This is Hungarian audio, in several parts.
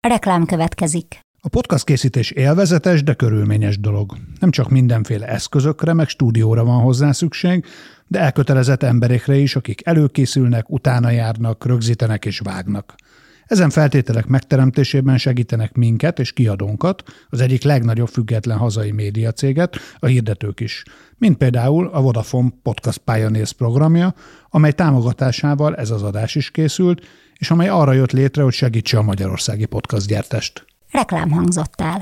Reklám következik. A podcast készítés élvezetes, de körülményes dolog. Nem csak mindenféle eszközökre, meg stúdióra van hozzá szükség, de elkötelezett emberekre is, akik előkészülnek, utána járnak, rögzítenek és vágnak. Ezen feltételek megteremtésében segítenek minket és kiadónkat, az egyik legnagyobb független hazai médiacéget, a hirdetők is, mint például a Vodafone Podcast Pioneers programja, amely támogatásával ez az adás is készült, és amely arra jött létre, hogy segítse a magyarországi podcastgyártást. Reklám hangzott el.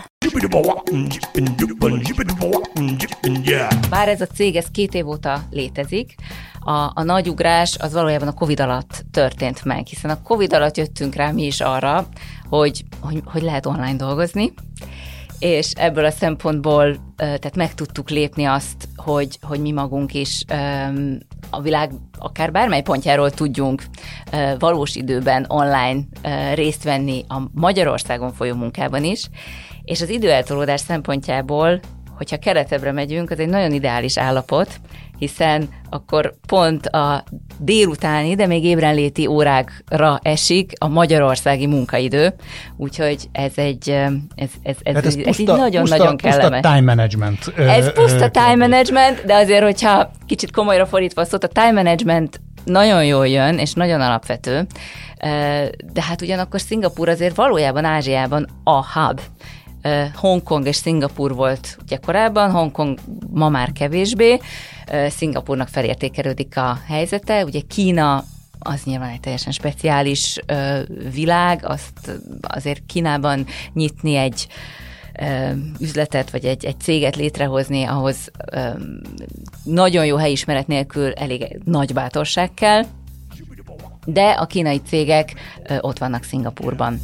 Bár ez a cég 2 év óta létezik, a nagy ugrás az valójában a Covid alatt történt meg, hiszen a Covid alatt jöttünk rá mi is arra, hogy lehet online dolgozni, és ebből a szempontból tehát meg tudtuk lépni azt, hogy mi magunk is a világ akár bármely pontjáról tudjunk valós időben online részt venni a Magyarországon folyó munkában is, és az időeltolódás szempontjából, hogyha keletebbre megyünk, az egy nagyon ideális állapot, hiszen akkor pont a délutáni, de még ébrenléti órákra esik a magyarországi munkaidő, úgyhogy ez így nagyon-nagyon kellemes. Puszta time management. Ez puszta time management, de azért, hogyha kicsit komolyra fordítva a szót, a time management nagyon jól jön, és nagyon alapvető, de hát ugyanakkor Szingapúr azért valójában Ázsiában a hub. Hongkong és Szingapúr volt ugye korábban, Hongkong ma már kevésbé, Szingapúrnak felértékelődik a helyzete, ugye Kína az nyilván egy teljesen speciális világ, azt azért Kínában nyitni egy üzletet, vagy egy céget létrehozni, ahhoz nagyon jó helyismeret nélkül elég nagy bátorság kell, de a kínai cégek ott vannak Szingapúrban.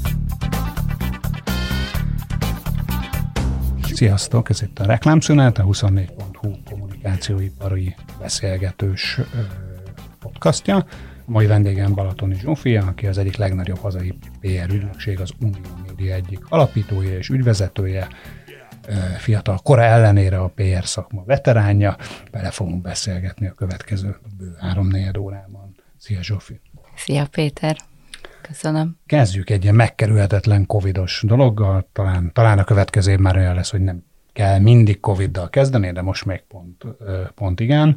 Sziasztok, ez itt a Reklámszünet, a 24.hu kommunikációipari beszélgetős podcastja. A mai vendégem Balatoni Zsófia, aki az egyik legnagyobb hazai PR ügynökség, az Unió Média egyik alapítója és ügyvezetője, fiatal kora ellenére a PR szakma veteránja. Vele fogunk beszélgetni a következő bő 3-4 órában. Szia Zsófi! Szia Péter! Köszönöm. Kezdjük egy ilyen megkerülhetetlen covidos dologgal, talán a következő év már olyan lesz, hogy nem kell mindig coviddal kezdeni, de most még pont igen.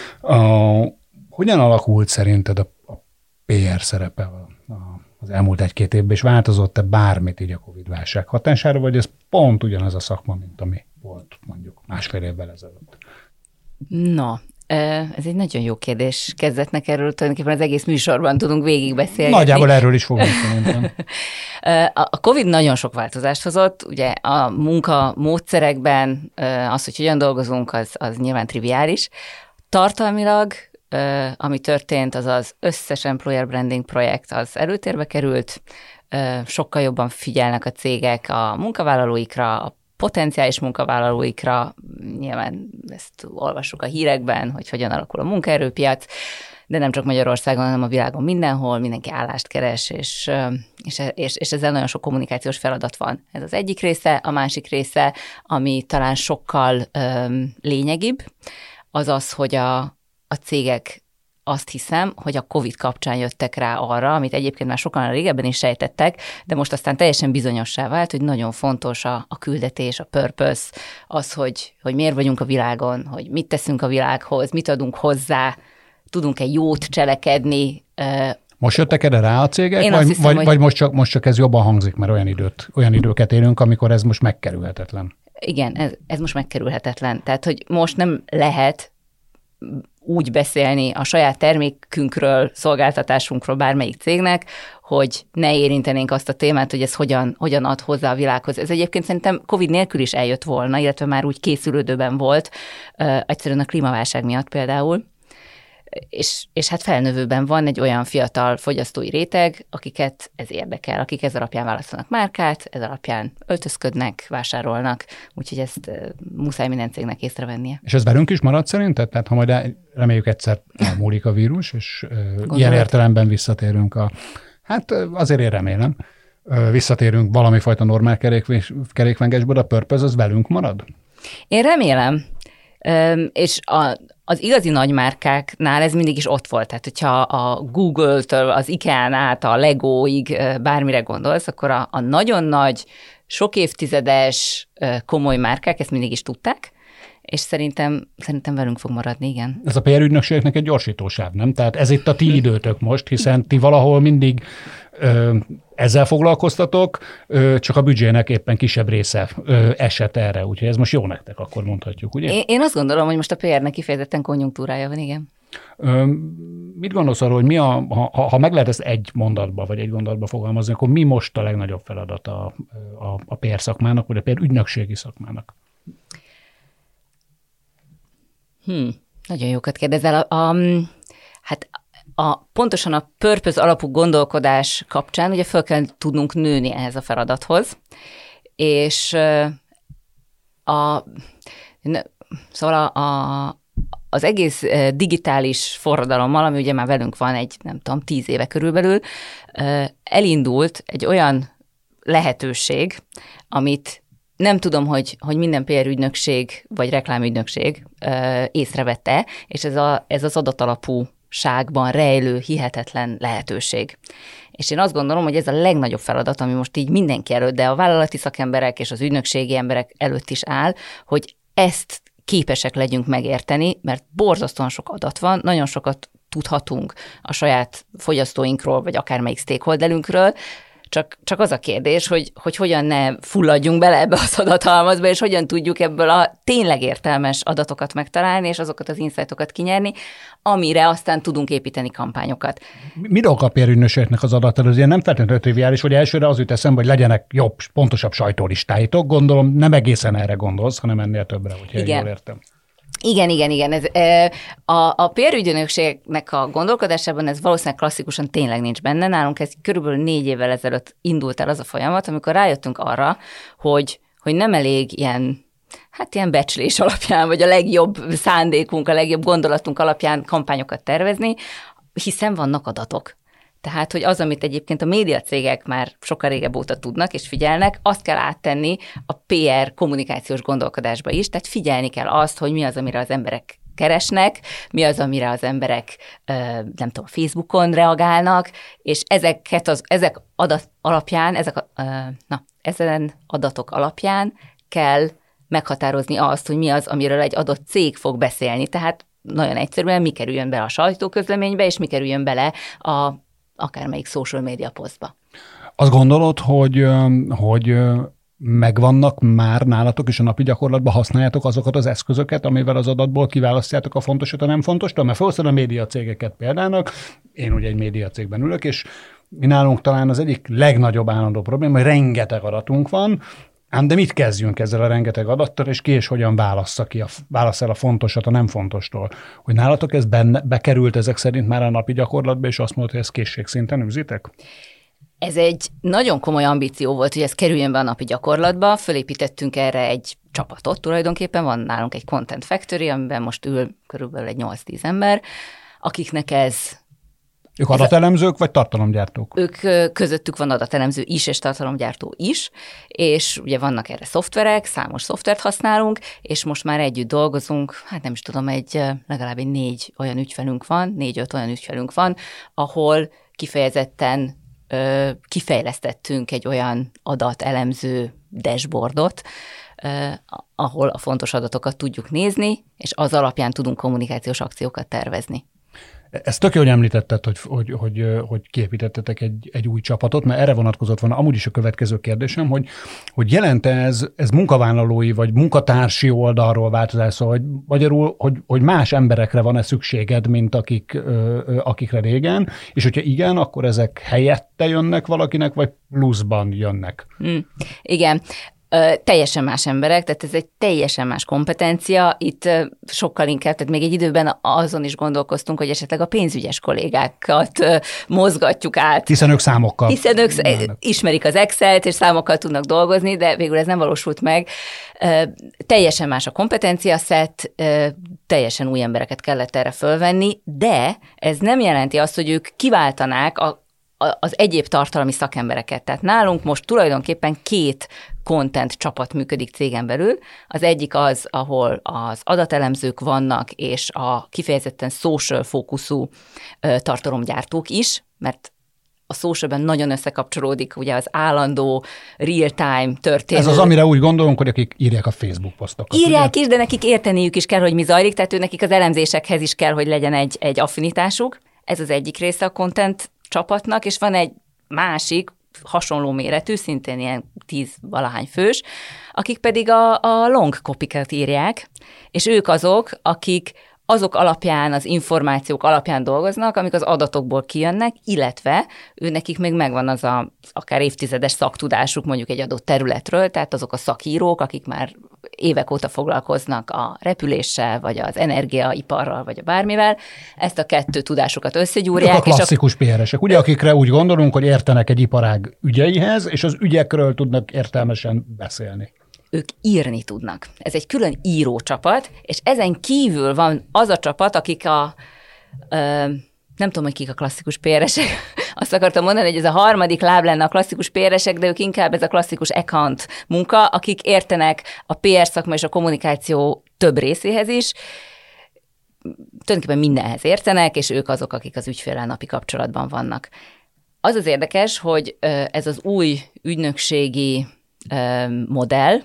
Hogyan alakult szerinted a PR szerepe az elmúlt 1-2 évben, és változott-e bármit így a Covid-válság hatására, vagy ez pont ugyanaz a szakma, mint ami volt mondjuk 1,5 évvel ezelőtt? No, ez egy nagyon jó kérdés. Kezdetnek erről tulajdonképpen az egész műsorban tudunk végigbeszélni. Nagyjából erről is fogunk szerintem. A Covid nagyon sok változást hozott. Ugye a munka módszerekben az, hogy hogyan dolgozunk, az nyilván triviális. Tartalmilag, ami történt, az összes employer branding projekt az előtérbe került, sokkal jobban figyelnek a cégek a munkavállalóikra, a potenciális munkavállalóikra, nyilván ezt olvassuk a hírekben, hogy hogyan alakul a munkaerőpiac, de nem csak Magyarországon, hanem a világon mindenhol, mindenki állást keres, és ezzel nagyon sok kommunikációs feladat van. Ez az egyik része, a másik része, ami talán sokkal lényegibb, az az, hogy a cégek azt hiszem, hogy a Covid kapcsán jöttek rá arra, amit egyébként már sokan régebben is sejtettek, de most aztán teljesen bizonyossá vált, hogy nagyon fontos a küldetés, a purpose, az, hogy miért vagyunk a világon, hogy mit teszünk a világhoz, mit adunk hozzá, tudunk-e jót cselekedni. Most jöttek erre rá a cégek, vagy most csak ez jobban hangzik, mert olyan időket élünk, amikor ez most megkerülhetetlen? Igen, ez most megkerülhetetlen. Tehát, hogy most nem lehet úgy beszélni a saját termékünkről, szolgáltatásunkról bármelyik cégnek, hogy ne érintenénk azt a témát, hogy ez hogyan ad hozzá a világhoz. Ez egyébként szerintem Covid nélkül is eljött volna, illetve már úgy készülődőben volt, egyszerűen a klímaválság miatt például. És hát felnövőben van egy olyan fiatal fogyasztói réteg, akiket ez érdekel, akik ez alapján választanak márkát, ez alapján öltözködnek, vásárolnak, úgyhogy ezt muszáj minden cégnek észrevennie. És ez velünk is marad szerinted? Tehát ha majd reméljük egyszer elmúlik a vírus, és ilyen értelemben visszatérünk hát azért én remélem, visszatérünk valami fajta normál kerékvágásba, de a purpose az velünk marad? Én remélem. És az igazi nagymárkáknál ez mindig is ott volt. Tehát, hogyha a Google-től, az IKEA-n át a Legóig bármire gondolsz, akkor a nagyon nagy, sok évtizedes komoly márkák ezt mindig is tudták, és szerintem velünk fog maradni, igen. Ez a PR ügynökségnek egy gyorsítósáv, nem? Tehát ez itt a ti időtök most, hiszen ti valahol mindig ezzel foglalkoztatok, csak a büdzsének éppen kisebb része esett erre, úgyhogy ez most jó nektek, akkor mondhatjuk, ugye? Én azt gondolom, hogy most a PR-nek kifejezetten konjunktúrája van, igen. Mit gondolsz arról, hogy ha meg lehet ezt egy gondolatba fogalmazni, akkor mi most a legnagyobb feladata a PR szakmának, vagy a PR ügynökségi szakmának? Nagyon jókat kérdezel. Pontosan a purpose alapú gondolkodás kapcsán ugye föl kell tudnunk nőni ehhez a feladathoz, és szóval az egész digitális forradalommal, ami ugye már velünk van 10 éve körülbelül, elindult egy olyan lehetőség, amit nem tudom, hogy minden PR ügynökség vagy reklámügynökség észrevette, és ez az adatalapúságban rejlő hihetetlen lehetőség. És én azt gondolom, hogy ez a legnagyobb feladat, ami most így mindenki előtt, de a vállalati szakemberek és az ügynökségi emberek előtt is áll, hogy ezt képesek legyünk megérteni, mert borzasztóan sok adat van, nagyon sokat tudhatunk a saját fogyasztóinkról, vagy akármelyik stakeholderünkről, csak az a kérdés, hogy hogyan ne fulladjunk bele ebbe az adathalmazba, és hogyan tudjuk ebből a tényleg értelmes adatokat megtalálni, és azokat az insightokat kinyerni, amire aztán tudunk építeni kampányokat. Mi dolga a PR ügynökségnek az adaterőzés? Nem feltétlenül triviális, hogy elsőre az jut eszembe, hogy legyenek jobb, pontosabb sajtólistáitok. Gondolom nem egészen erre gondolsz, hanem ennél többre, hogyha jól értem. Igen. A PR ügynökségnek a gondolkodásában ez valószínűleg klasszikusan tényleg nincs benne. Nálunk ez körülbelül 4 évvel ezelőtt indult el az a folyamat, amikor rájöttünk arra, hogy nem elég ilyen becslés alapján, vagy a legjobb szándékunk, a legjobb gondolatunk alapján kampányokat tervezni, hiszen vannak adatok. Tehát, hogy az, amit egyébként a médiacégek már sokkal régebb óta tudnak és figyelnek, azt kell áttenni a PR kommunikációs gondolkodásba is, tehát figyelni kell azt, hogy mi az, amire az emberek keresnek, mi az, amire az emberek, Facebookon reagálnak, és ezek adat alapján, ezen adatok alapján kell meghatározni azt, hogy mi az, amiről egy adott cég fog beszélni. Tehát nagyon egyszerűen mi kerüljön bele a sajtóközleménybe, és mi kerüljön bele akármelyik social media posztba. Azt gondolod, hogy megvannak már nálatok is a napi gyakorlatban, használjátok azokat az eszközöket, amivel az adatból kiválasztjátok a fontosat, a nem fontostól? Mert felhoztad a médiacégeket példának, én ugye egy médiacégben ülök, és mi nálunk talán az egyik legnagyobb állandó probléma, hogy rengeteg adatunk van, de mit kezdjünk ezzel a rengeteg adattal, és ki és hogyan válassz el a fontosat a nem fontostól? Hogy nálatok ez bekerült ezek szerint már a napi gyakorlatba, és azt mondod, hogy ezt készségszinten űzitek? Ez egy nagyon komoly ambíció volt, hogy ez kerüljön be a napi gyakorlatba. Fölépítettünk erre egy csapatot, tulajdonképpen van nálunk egy Content Factory, amiben most ül körülbelül egy 8-10 ember, akiknek ez... Ők adatelemzők, vagy tartalomgyártók? Ők közöttük van adatelemző is, és tartalomgyártó is, és ugye vannak erre szoftverek, számos szoftvert használunk, és most már együtt dolgozunk, nem is tudom, legalább 4 olyan ügyfelünk van, 4-5 olyan ügyfelünk van, ahol kifejezetten kifejlesztettünk egy olyan adatelemző dashboardot, ahol a fontos adatokat tudjuk nézni, és az alapján tudunk kommunikációs akciókat tervezni. Ezt tök jól említetted, hogy kiépítettetek egy új csapatot, mert erre vonatkozott volna amúgy is a következő kérdésem, hogy jelent ez munkavállalói vagy munkatársi oldalról változás, szóval, hogy magyarul, hogy más emberekre van-e szükséged, mint akikre régen, és hogyha igen, akkor ezek helyette jönnek valakinek, vagy pluszban jönnek? Igen. Teljesen más emberek, tehát ez egy teljesen más kompetencia. Itt sokkal inkább, tehát még egy időben azon is gondolkoztunk, hogy esetleg a pénzügyes kollégákat mozgatjuk át. Hiszen ők számokkal. Hiszen ők ismerik az Excel-t, és számokkal tudnak dolgozni, de végül ez nem valósult meg. Teljesen más a kompetencia szett, teljesen új embereket kellett erre fölvenni, de ez nem jelenti azt, hogy ők kiváltanák az egyéb tartalmi szakembereket. Tehát nálunk most tulajdonképpen 2 content csapat működik cégen belül. Az egyik az, ahol az adatelemzők vannak, és a kifejezetten social fókuszú tartalomgyártók is, mert a socialben nagyon összekapcsolódik ugye az állandó real-time történet. Ez az, amire úgy gondolunk, hogy akik írják a Facebook posztokat. Írják ugye? is, de nekik érteniük is kell, hogy mi zajlik, tehát nekik az elemzésekhez is kell, hogy legyen egy affinitásuk. Ez az egyik része a content csapatnak, és van egy másik, hasonló méretű, szintén ilyen 10-valahány fős, akik pedig a long copy-ket írják, és ők akik azok alapján, az információk alapján dolgoznak, amik az adatokból kijönnek, illetve nekik még megvan az akár évtizedes szaktudásuk mondjuk egy adott területről, tehát azok a szakírók, akik már évek óta foglalkoznak a repüléssel, vagy az energiaiparral, vagy a bármivel, ezt a kettő tudásukat összegyúrják. A klasszikus PR-esek, ugye, akikre úgy gondolunk, hogy értenek egy iparág ügyeihez, és az ügyekről tudnak értelmesen beszélni. Ők írni tudnak. Ez egy külön írócsapat, és ezen kívül van az a csapat, akik nem tudom, hogy kik a klasszikus PR-esek, azt akartam mondani, hogy ez a harmadik láb lenne a klasszikus PR-esek, de ők inkább ez a klasszikus account munka, akik értenek a PR szakma és a kommunikáció több részéhez is, tulajdonképpen mindenhez értenek, és ők azok, akik az ügyféllel napi kapcsolatban vannak. Az az érdekes, hogy ez az új ügynökségi modell,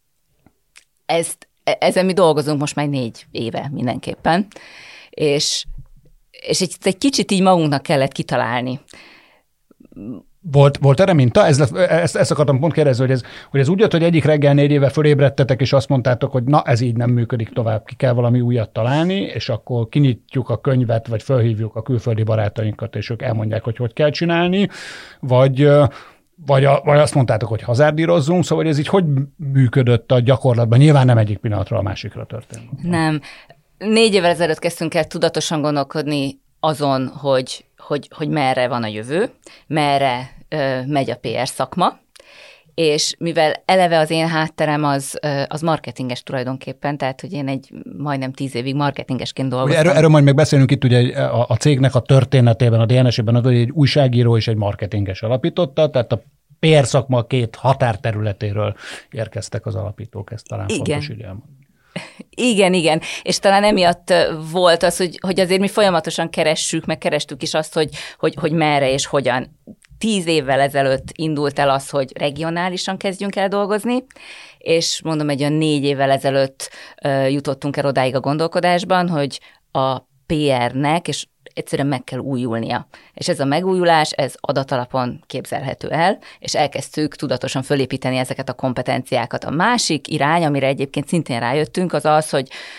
ezen mi dolgozunk most már 4 éve mindenképpen, és egy kicsit így magunknak kellett kitalálni. Volt erre minta? Ezt akartam pont kérdezni, hogy ez úgy jött, hogy egyik reggel 4 éve fölébredtetek, és azt mondtátok, hogy na, ez így nem működik tovább, ki kell valami újat találni, és akkor kinyitjuk a könyvet, vagy felhívjuk a külföldi barátainkat, és ők elmondják, hogy kell csinálni, vagy azt mondtátok, hogy hazárdírozzunk, szóval ez így hogy működött a gyakorlatban? Nyilván nem egyik pillanatra a másikra történt. Nem. 4 évvel ezelőtt kezdtünk el tudatosan gondolkodni azon, hogy merre van a jövő, merre megy a PR szakma, és mivel eleve az én hátterem az marketinges tulajdonképpen, tehát hogy én egy majdnem 10 évig marketingesként dolgoztam. Erről majd meg beszélünk itt, ugye a cégnek a történetében, a DNS-ében az, hogy egy újságíró és egy marketinges alapította, tehát a PR szakma 2 határterületéről érkeztek az alapítók, ezt talán fontos így elmondani. Igen, és talán emiatt volt az, hogy azért mi folyamatosan kerestük is azt, hogy merre és hogyan. 10 évvel ezelőtt indult el az, hogy regionálisan kezdjünk el dolgozni, és mondom, egy olyan 4 évvel ezelőtt jutottunk el odáig a gondolkodásban, hogy a PR-nek, és egyszerűen meg kell újulnia. És ez a megújulás, ez adatalapon képzelhető el, és elkezdtük tudatosan fölépíteni ezeket a kompetenciákat. A másik irány, amire egyébként szintén rájöttünk, az az,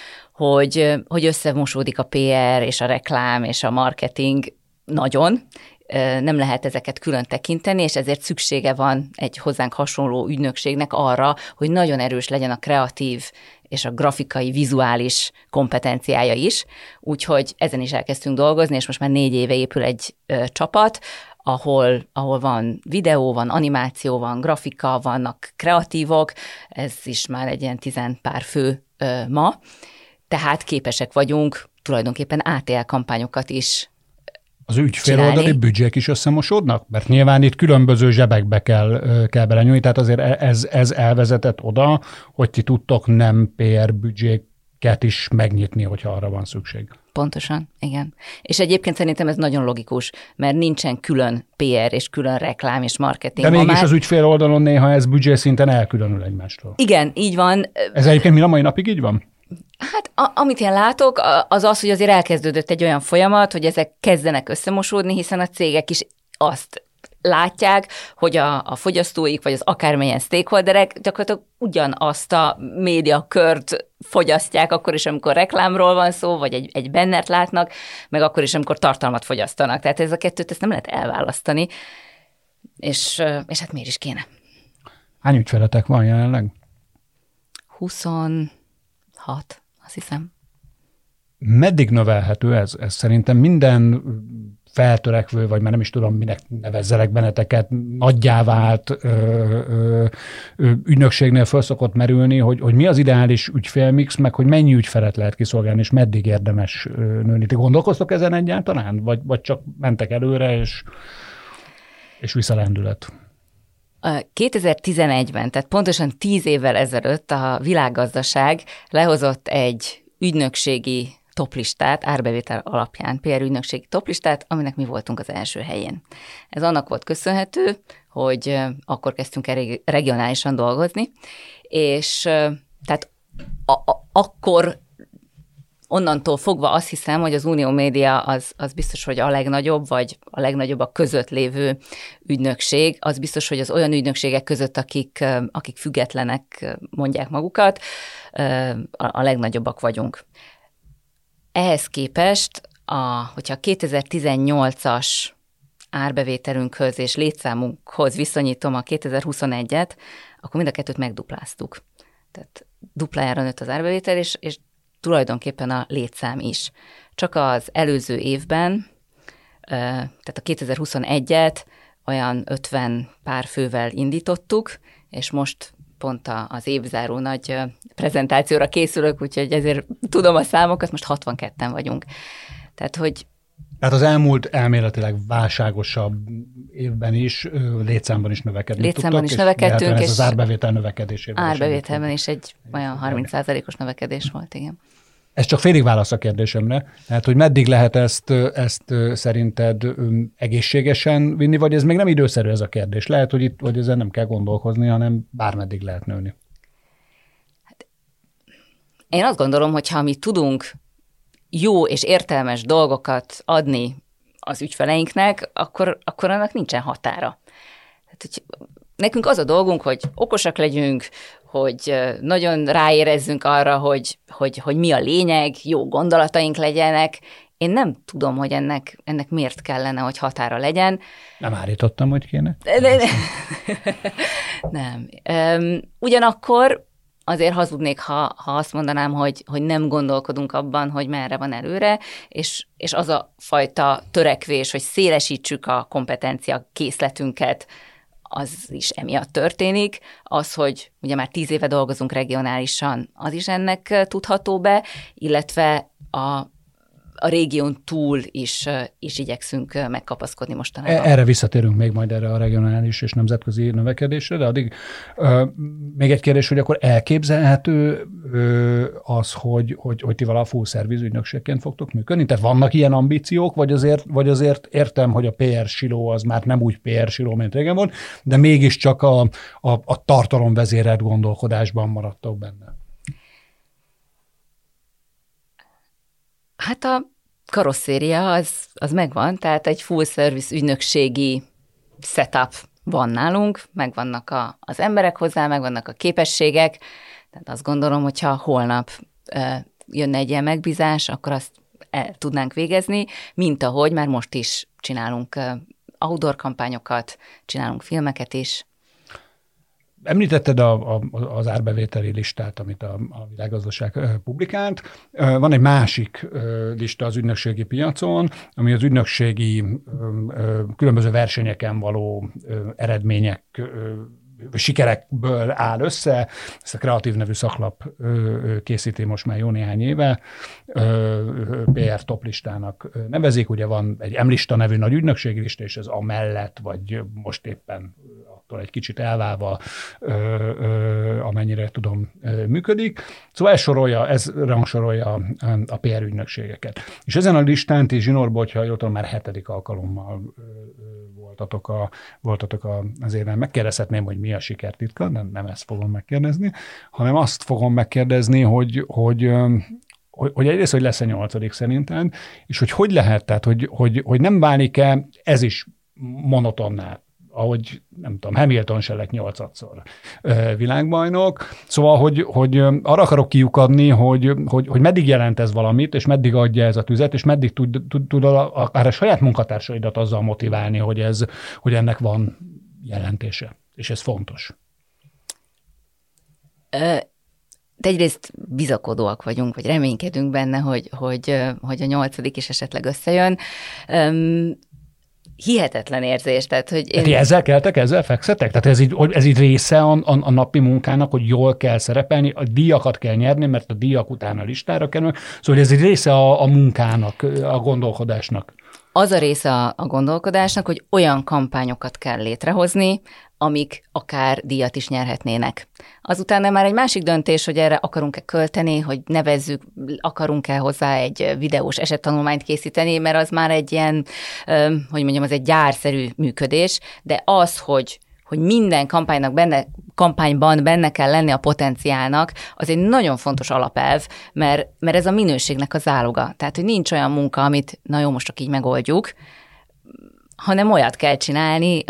hogy összemosódik a PR és a reklám és a marketing nagyon, nem lehet ezeket külön tekinteni, és ezért szüksége van egy hozzánk hasonló ügynökségnek arra, hogy nagyon erős legyen a kreatív és a grafikai, vizuális kompetenciája is. Úgyhogy ezen is elkezdtünk dolgozni, és most már 4 éve épül egy csapat, ahol van videó, van animáció, van grafika, vannak kreatívok, ez is már egy ilyen 10 pár fő ma, tehát képesek vagyunk tulajdonképpen ATL kampányokat is az ügyféloldali büdzsék is összemosódnak? Mert nyilván itt különböző zsebekbe kell belenyúlni, tehát azért ez elvezetett oda, hogy ti tudtok nem PR büdzséket is megnyitni, hogyha arra van szükség. Pontosan, igen. És egyébként szerintem ez nagyon logikus, mert nincsen külön PR és külön reklám és marketing. De mégis az ügyfél oldalon néha ez büdzsé szinten elkülönül egymástól. Igen, így van. Ez egyébként mi a mai napig így van? Hát amit én látok, az, hogy azért elkezdődött egy olyan folyamat, hogy ezek kezdenek összemosódni, hiszen a cégek is azt látják, hogy a fogyasztóik, vagy az akármilyen stakeholderek gyakorlatilag ugyanazt a médiakört fogyasztják, akkor is, amikor reklámról van szó, vagy egy bannert látnak, meg akkor is, amikor tartalmat fogyasztanak. Tehát ez a kettőt, ezt nem lehet elválasztani, és hát miért is kéne? Hány ügyfeletek van jelenleg? 26, azt hiszem. Meddig növelhető ez? Ez szerintem minden feltörekvő, vagy már nem is tudom, minek nevezzelek benneteket, nagyjá vált ügynökségnél föl szokott merülni, hogy mi az ideális ügyfélmix, meg hogy mennyi ügyfelet lehet kiszolgálni, és meddig érdemes nőni. Ti gondolkoztok ezen egyáltalán? Vagy csak mentek előre, és visszalendület? 2011-ben, tehát pontosan 10 évvel ezelőtt a világgazdaság lehozott egy ügynökségi toplistát, árbevétel alapján, PR ügynökségi toplistát, aminek mi voltunk az első helyén. Ez annak volt köszönhető, hogy akkor kezdtünk el regionálisan dolgozni, és tehát akkor onnantól fogva azt hiszem, hogy az Unió Média az biztos, hogy a legnagyobb, vagy a legnagyobbak között lévő ügynökség, az biztos, hogy az olyan ügynökségek között, akik függetlenek mondják magukat, a legnagyobbak vagyunk. Ehhez képest, hogyha a 2018-as árbevételünkhöz és létszámunkhoz viszonyítom a 2021-et, akkor mind a kettőt megdupláztuk. Tehát duplájára nőtt az árbevétel, és tulajdonképpen a létszám is. Csak az előző évben, tehát a 2021-et olyan 50 pár fővel indítottuk, és most pont az évzáró nagy prezentációra készülök, úgyhogy ezért tudom a számokat, most 62-en vagyunk. Tehát az elmúlt elméletileg válságosabb évben is, létszámban is növekedni létszámban is növekedtünk, és ez az árbevétel növekedésében. Árbevételben is egy olyan 30%-os növekedés volt, igen. Ez csak félig válasz a kérdésemre. Tehát, hogy meddig lehet ezt szerinted egészségesen vinni, vagy ez még nem időszerű ez a kérdés? Lehet, hogy itt vagy ezen nem kell gondolkozni, hanem bármeddig lehet nőni. Én azt gondolom, hogy ha mi tudunk jó és értelmes dolgokat adni az ügyfeleinknek, akkor annak nincsen határa. Tehát, hogy nekünk az a dolgunk, hogy okosak legyünk, hogy nagyon ráérezzünk arra, hogy mi a lényeg, jó gondolataink legyenek. Én nem tudom, hogy ennek miért kellene, hogy határa legyen. Nem állítottam, hogy kéne. Nem. Ugyanakkor azért hazudnék, ha azt mondanám, hogy nem gondolkodunk abban, hogy merre van előre, és az a fajta törekvés, hogy szélesítsük a kompetencia készletünket, az is emiatt történik. Az, hogy ugye már 10 éve dolgozunk regionálisan, az is ennek tudható be, illetve a régión túl is igyekszünk megkapaszkodni mostanában. Erre visszatérünk még majd erre a regionális és nemzetközi növekedésre, de addig még egy kérdés, hogy akkor elképzelhető az, hogy ti vala full service ügynökségként fogtok működni? Tehát vannak ilyen ambíciók, vagy azért értem, hogy a PR siló az már nem úgy PR siló, mint régen volt, de mégiscsak a tartalomvezérelt gondolkodásban maradtok benne. Hát a karosszéria az megvan, tehát egy full service ügynökségi setup van nálunk, megvannak az emberek hozzá, megvannak a képességek, tehát azt gondolom, hogyha holnap jönne egy ilyen megbízás, akkor azt el tudnánk végezni, mint ahogy már most is csinálunk outdoor kampányokat, csinálunk filmeket is. Említetted az árbevételi listát, amit a világgazdaság publikált. Van egy másik lista az ügynökségi piacon, ami az ügynökségi különböző versenyeken való eredmények, sikerekből áll össze. Ezt a Kreatív nevű szaklap készíti most már jó néhány éve. PR toplistának nevezik. Ugye van egy M-lista nevű nagy ügynökségi lista, és ez amellett, vagy most éppen egy kicsit elválva, amennyire tudom, működik. Szóval ez rangsorolja a PR ügynökségeket. És ezen a listán ti Zsinórban, hogyha jól tudom, már 7. alkalommal voltatok azért megkérdezhetném, hogy mi a sikertitka, nem ezt fogom megkérdezni, hanem azt fogom megkérdezni, hogy egyrészt, hogy lesz-e 8. szerinted, és hogy lehet, tehát, hogy nem válik-e ez is monotonná, ahogy nem tudom, Hamilton se lett 8-szor világbajnok. Szóval, hogy arra akarok kiukadni, hogy meddig jelent ez valamit, és meddig adja ez a tüzet, és meddig tud akár a saját munkatársaidat azzal motiválni, hogy ennek van jelentése, és ez fontos. De egyrészt bizakodóak vagyunk, vagy reménykedünk benne, hogy a 8. is esetleg összejön. Hihetetlen érzés. Tehát, hogy ezzel fekszetek? Tehát ez így része a napi munkának, hogy jól kell szerepelni, a díjakat kell nyerni, mert a díjak után a listára kerül. Szóval ez egy része a munkának, a gondolkodásnak. az a része a gondolkodásnak, hogy olyan kampányokat kell létrehozni, amik akár díjat is nyerhetnének. Azután már egy másik döntés, hogy erre akarunk-e költeni, hogy nevezzük, akarunk-e hozzá egy videós esettanulmányt készíteni, mert az már egy ilyen, az egy gyárszerű működés, de az, hogy minden kampányban benne kell lenni a potenciálnak, az egy nagyon fontos alapelv, mert ez a minőségnek a záloga. Tehát, hogy nincs olyan munka, amit na jó, most csak így megoldjuk, hanem olyat kell csinálni,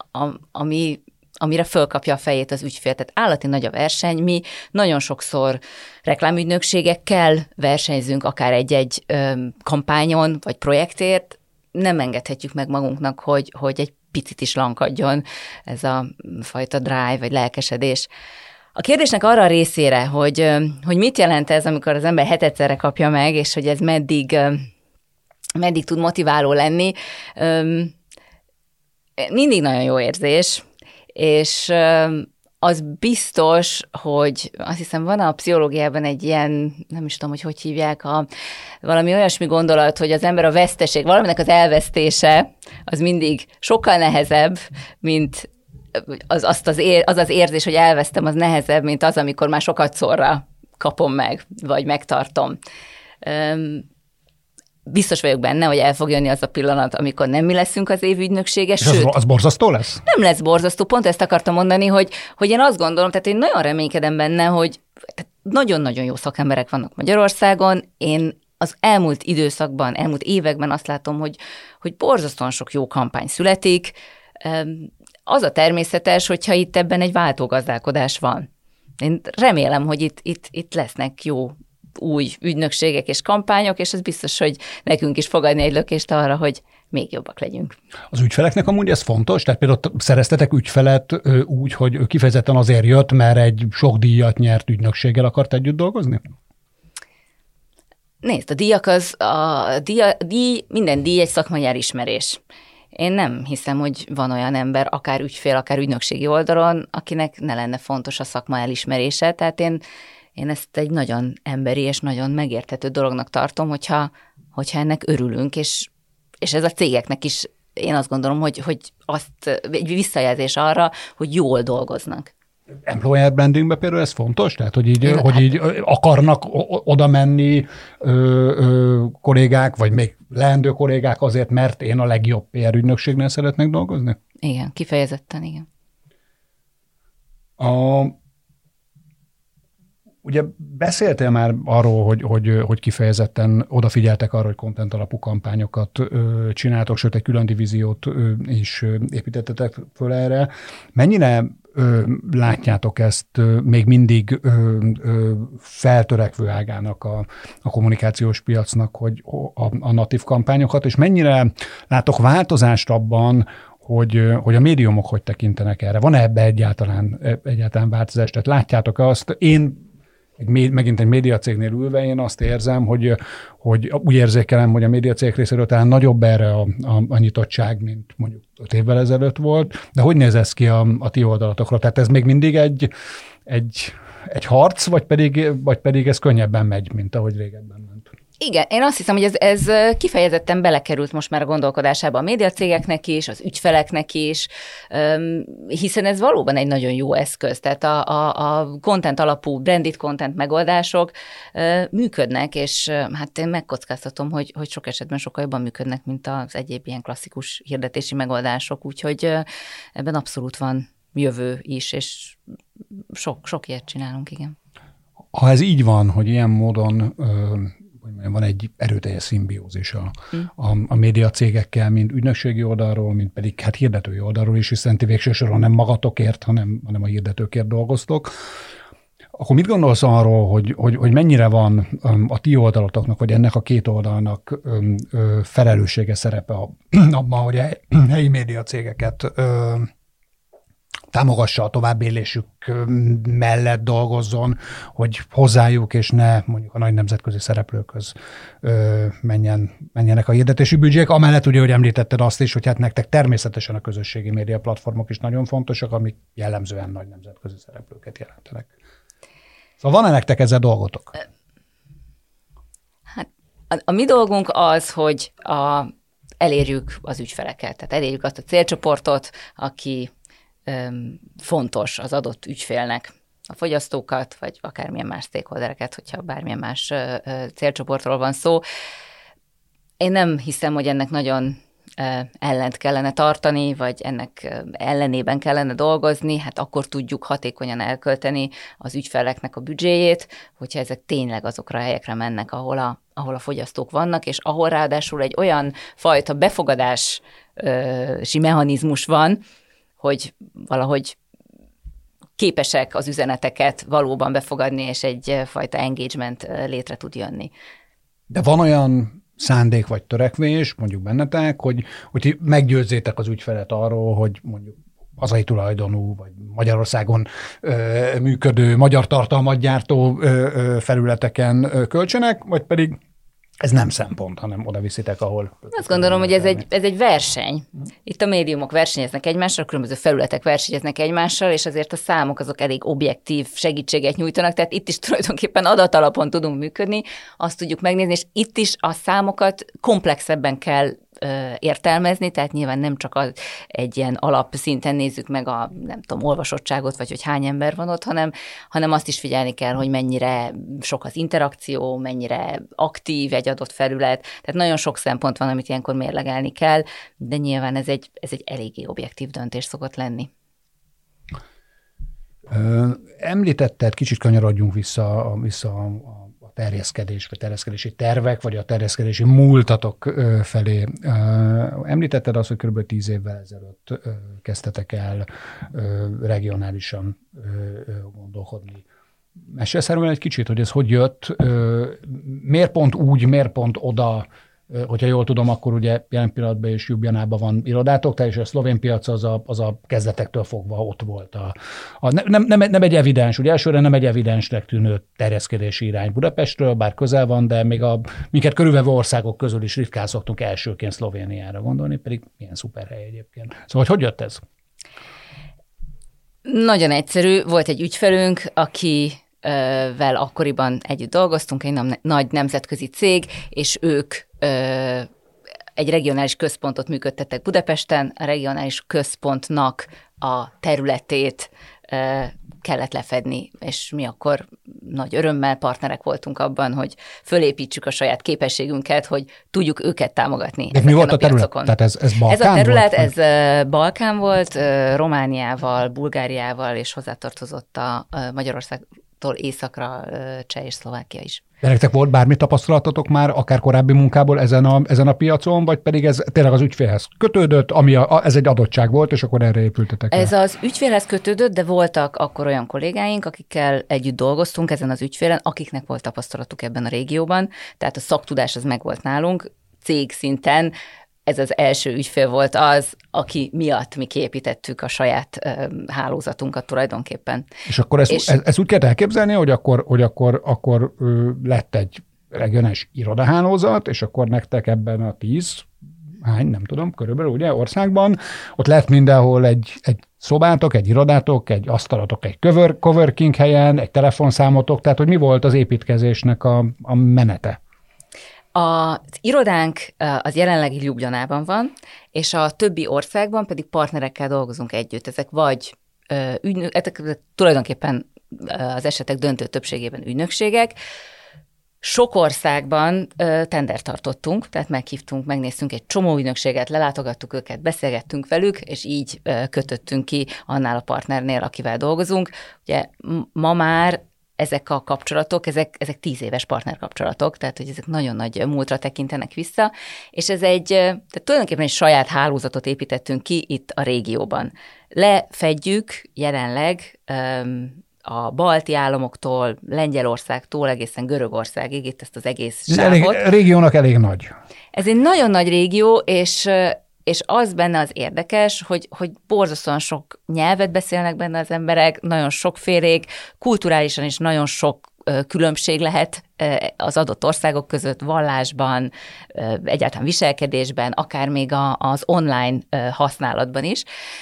amire fölkapja a fejét az ügyfél. Tehát állati nagy a verseny, mi nagyon sokszor reklámügynökségekkel versenyzünk, akár egy kampányon, vagy projektért, nem engedhetjük meg magunknak, hogy egy picit is lankadjon ez a fajta drive, vagy lelkesedés. A kérdésnek arra a részére, hogy mit jelent ez, amikor az ember egyszerre kapja meg, és hogy ez meddig tud motiváló lenni, mindig nagyon jó érzés, és az biztos, hogy azt hiszem van a pszichológiában egy ilyen, nem is tudom, hogy hívják, valami olyasmi gondolat, hogy az ember a veszteség, valaminek az elvesztése, az mindig sokkal nehezebb, mint az érzés, hogy elvesztem, az nehezebb, mint az, amikor már sokat szorra kapom meg, vagy megtartom. Biztos vagyok benne, hogy el fog jönni az a pillanat, amikor nem mi leszünk az év ügynöksége. Sőt, az borzasztó lesz? Nem lesz borzasztó, pont ezt akartam mondani, hogy én azt gondolom, tehát én nagyon reménykedem benne, hogy nagyon-nagyon jó szakemberek vannak Magyarországon. Én az elmúlt időszakban, elmúlt években azt látom, hogy borzasztóan sok jó kampány születik. Az a természetes, hogyha itt ebben egy váltógazdálkodás van. Én remélem, hogy itt lesznek jó új ügynökségek és kampányok, és ez biztos, hogy nekünk is fog adni egy lökést arra, hogy még jobbak legyünk. Az ügyfeleknek amúgy ez fontos? Tehát például szereztetek ügyfelet úgy, hogy ő kifejezetten azért jött, mert egy sok díjat nyert ügynökséggel akart együtt dolgozni? Nézd, minden díj egy szakmai elismerés. Én nem hiszem, hogy van olyan ember, akár ügyfél, akár ügynökségi oldalon, akinek ne lenne fontos a szakma elismerése. Tehát én ezt egy nagyon emberi és nagyon megérthető dolognak tartom, hogyha ennek örülünk, és ez a cégeknek is, én azt gondolom, hogy egy visszajelzés arra, hogy jól dolgoznak. Employer brandingben például ez fontos? Tehát, hogy így akarnak oda menni kollégák, vagy még leendő kollégák azért, mert én a legjobb PR ügynökségnél szeretnék dolgozni? Igen, kifejezetten igen. Ugye beszéltél már arról, hogy kifejezetten odafigyeltek arra, hogy content alapú kampányokat csináltok, sőt egy külön divíziót is építettetek föl erre. Mennyire látjátok ezt még mindig feltörekvő ágának a kommunikációs piacnak, hogy a natív kampányokat, és mennyire látok változást abban, hogy a médiumok hogy tekintenek erre? Van-e ebbe egyáltalán változás? Tehát látjátok-e azt? Én megint egy médiacégnél ülve én azt érzem, hogy úgy érzékelem, hogy a médiacégek részéről talán nagyobb erre a nyitottság, mint mondjuk 5 évvel ezelőtt volt, de hogy néz ez ki a ti oldalatokról? Tehát ez még mindig egy harc, vagy pedig ez könnyebben megy, mint ahogy régebben ment? Igen, én azt hiszem, hogy ez kifejezetten belekerült most már a gondolkodásába a médiacégeknek is, az ügyfeleknek is, hiszen ez valóban egy nagyon jó eszköz. Tehát a content alapú, branded content megoldások működnek, és hát én megkockáztatom, hogy sok esetben sokkal jobban működnek, mint az egyéb ilyen klasszikus hirdetési megoldások, úgyhogy ebben abszolút van jövő is, és sok ilyet csinálunk, igen. Ha ez így van, hogy ilyen módon van egy erőteljes szimbiózis a médiacégekkel, mind ügynökségi oldalról, mind pedig hát hirdetői oldalról is, hiszen ti végső soron nem magatokért, hanem a hirdetőkért dolgoztok. Akkor mit gondolsz arról, hogy mennyire van a ti oldalatoknak, vagy ennek a két oldalnak felelőssége, szerepe abban, hogy a helyi médiacégeket támogassa a továbbélésük mellett dolgozzon, hogy hozzájuk és ne mondjuk a nagy nemzetközi szereplőkhöz menjenek a hirdetési büdzsék. Amellett ugye, hogy említetted azt is, hogy hát nektek természetesen a közösségi média platformok is nagyon fontosak, amik jellemzően nagy nemzetközi szereplőket jelentenek. Szóval van-e nektek ezzel dolgotok? Hát a mi dolgunk az, hogy elérjük az ügyfeleket, tehát elérjük azt a célcsoportot, aki fontos az adott ügyfélnek, a fogyasztókat, vagy akármilyen más stakeholdereket, hogyha bármilyen más célcsoportról van szó. Én nem hiszem, hogy ennek nagyon ellent kellene tartani, vagy ennek ellenében kellene dolgozni, hát akkor tudjuk hatékonyan elkölteni az ügyfeleknek a büdzséjét, hogyha ezek tényleg azokra a helyekre mennek, ahol a fogyasztók vannak, és ahol ráadásul egy olyan fajta befogadási mechanizmus van, hogy valahogy képesek az üzeneteket valóban befogadni, és egyfajta engagement létre tud jönni. De van olyan szándék vagy törekvés, mondjuk bennetek, hogy meggyőzzétek az ügyfelet arról, hogy mondjuk hazai tulajdonú, vagy Magyarországon működő, magyar tartalmat gyártó felületeken költsenek, vagy pedig ez nem szempont, hanem oda viszitek, ahol... Azt gondolom, hogy ez egy verseny. Itt a médiumok versenyeznek egymással, különböző felületek versenyeznek egymással, és azért a számok azok elég objektív segítséget nyújtanak, tehát itt is tulajdonképpen adatalapon tudunk működni, azt tudjuk megnézni, és itt is a számokat komplexebben kell értelmezni, tehát nyilván nem csak egy ilyen alapszinten nézzük meg a, nem tudom, olvasottságot, vagy hogy hány ember van ott, hanem azt is figyelni kell, hogy mennyire sok az interakció, mennyire aktív egy adott felület, tehát nagyon sok szempont van, amit ilyenkor mérlegelni kell, de nyilván ez egy eléggé objektív döntés szokott lenni. Említetted, kicsit kanyarodjunk vissza a terjeszkedés, vagy terjeszkedési tervek, vagy a terjeszkedési múltatok felé. Említetted azt, hogy kb. 10 évvel ezelőtt kezdtetek el regionálisan gondolkodni. Mesélsz erről egy kicsit, hogy ez hogy jött, miért pont úgy, miért pont oda, hogyha jól tudom, akkor ugye jelen pillanatban is Ljubljanában van irodátok, és a szlovén piac az a kezdetektől fogva ott volt. Nem egy evidens, ugye elsőre nem egy evidensnek tűnő terjeszkedési irány Budapestről, bár közel van, de még minket körülvevő országok közül is ritkán szoktunk elsőként Szlovéniára gondolni, pedig milyen szuper hely egyébként. Szóval hogy jött ez? Nagyon egyszerű. Volt egy ügyfelünk, akivel akkoriban együtt dolgoztunk, egy nagy nemzetközi cég, és ők egy regionális központot működtettek Budapesten, a regionális központnak a területét kellett lefedni, és mi akkor nagy örömmel partnerek voltunk abban, hogy fölépítsük a saját képességünket, hogy tudjuk őket támogatni. De mi volt a terület? Tehát ez Balkán Ez a terület, volt? Ez Balkán volt, Romániával, Bulgáriával, és hozzátartozott a Magyarországtól északra Cseh és Szlovákia is. De nektek volt bármi tapasztalatotok már, akár korábbi munkából ezen a piacon, vagy pedig ez tényleg az ügyfélhez kötődött, ez egy adottság volt, és akkor erre épültetek el? Ez az ügyfélhez kötődött, de voltak akkor olyan kollégáink, akikkel együtt dolgoztunk ezen az ügyfélen, akiknek volt tapasztalatuk ebben a régióban, tehát a szaktudás az megvolt nálunk, cég szinten. Ez az első ügyfél volt az, aki miatt mi kiépítettük a saját hálózatunkat tulajdonképpen. És akkor ezt úgy kell elképzelni, hogy akkor lett egy regionális irodahálózat, és akkor nektek ebben a 10, nem tudom, körülbelül ugye országban, ott lett mindenhol egy szobátok, egy irodátok, egy asztalatok, egy coworking helyen, egy telefonszámotok, tehát hogy mi volt az építkezésnek a menete? Az irodánk az jelenleg Ljubljanában van, és a többi országban pedig partnerekkel dolgozunk együtt. Ezek vagy ezek tulajdonképpen az esetek döntő többségében ügynökségek. Sok országban tendert tartottunk, tehát meghívtunk, megnéztünk egy csomó ügynökséget, lelátogattuk őket, beszélgettünk velük, és így kötöttünk ki annál a partnernél, akivel dolgozunk. Ugye ma már ezek a kapcsolatok, ezek 10 éves partnerkapcsolatok, tehát hogy ezek nagyon nagy múltra tekintenek vissza, és tehát tulajdonképpen egy saját hálózatot építettünk ki itt a régióban. Lefedjük jelenleg a balti államoktól, Lengyelországtól egészen Görögországig itt ezt az egész sávot. Régiónak elég nagy. Ez egy nagyon nagy régió, és az benne az érdekes, hogy borzasztóan sok nyelvet beszélnek benne az emberek, nagyon sokfélék, kulturálisan is nagyon sok különbség lehet az adott országok között, vallásban, egyáltalán viselkedésben, akár még az online használatban is.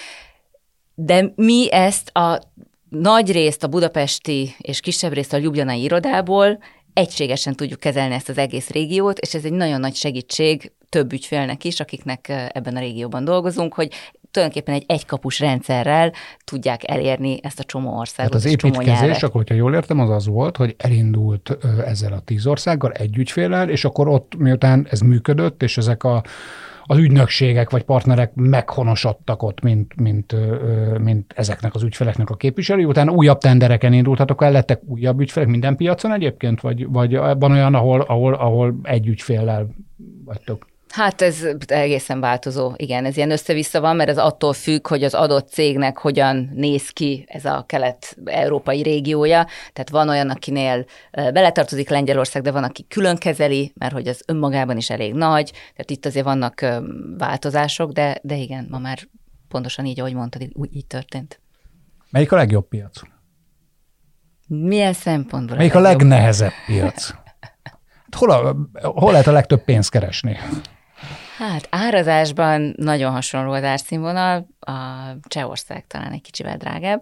De mi ezt a nagy részt a budapesti és kisebb részt a ljubljanai irodából egységesen tudjuk kezelni ezt az egész régiót, és ez egy nagyon nagy segítség több ügyfélnek is, akiknek ebben a régióban dolgozunk, hogy tulajdonképpen egy egykapus rendszerrel tudják elérni ezt a csomó országot. Tehát az építkezés, akkor, hogyha jól értem, az volt, hogy elindult ezzel a 10 országgal, egy ügyféllel, és akkor ott, miután ez működött, és ezek az ügynökségek vagy partnerek meghonosodtak ott, mint ezeknek az ügyfeleknek a képviselői. Utána újabb tendereken indultatok el, lettek újabb ügyfelek minden piacon egyébként, vagy van olyan, ahol egy ügyféllel vagytok? Hát ez egészen változó. Igen, ez ilyen össze-vissza van, mert ez attól függ, hogy az adott cégnek hogyan néz ki ez a kelet-európai régiója. Tehát van olyan, akinél beletartozik Lengyelország, de van, aki külön kezeli, mert hogy az önmagában is elég nagy. Tehát itt azért vannak változások, de igen, ma már pontosan így, ahogy mondtad, így történt. Melyik a legjobb piac? Milyen szempontból? Melyik a legnehezebb piac? Hol lehet a legtöbb pénzt keresni? Hát árazásban nagyon hasonló az árszínvonal, a Csehország talán egy kicsivel drágább.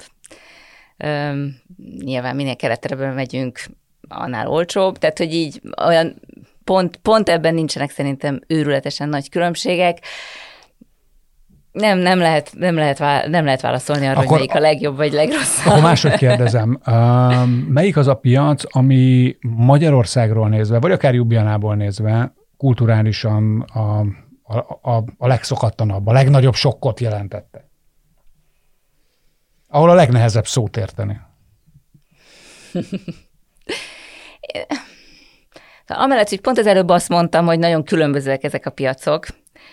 Nyilván minél keletre megyünk, annál olcsóbb, tehát hogy így olyan pont ebben nincsenek szerintem őrületesen nagy különbségek. Nem lehet válaszolni arra, hogy melyik a legjobb vagy legrosszabb. Akkor máshogy kérdezem, melyik az a piac, ami Magyarországról nézve, vagy akár Ljubljanából nézve kulturálisan a legszokattanabb, a legnagyobb sokkot jelentette? Ahol a legnehezebb szót érteni. Amellett, hogy pont az előbb azt mondtam, hogy nagyon különbözőek ezek a piacok,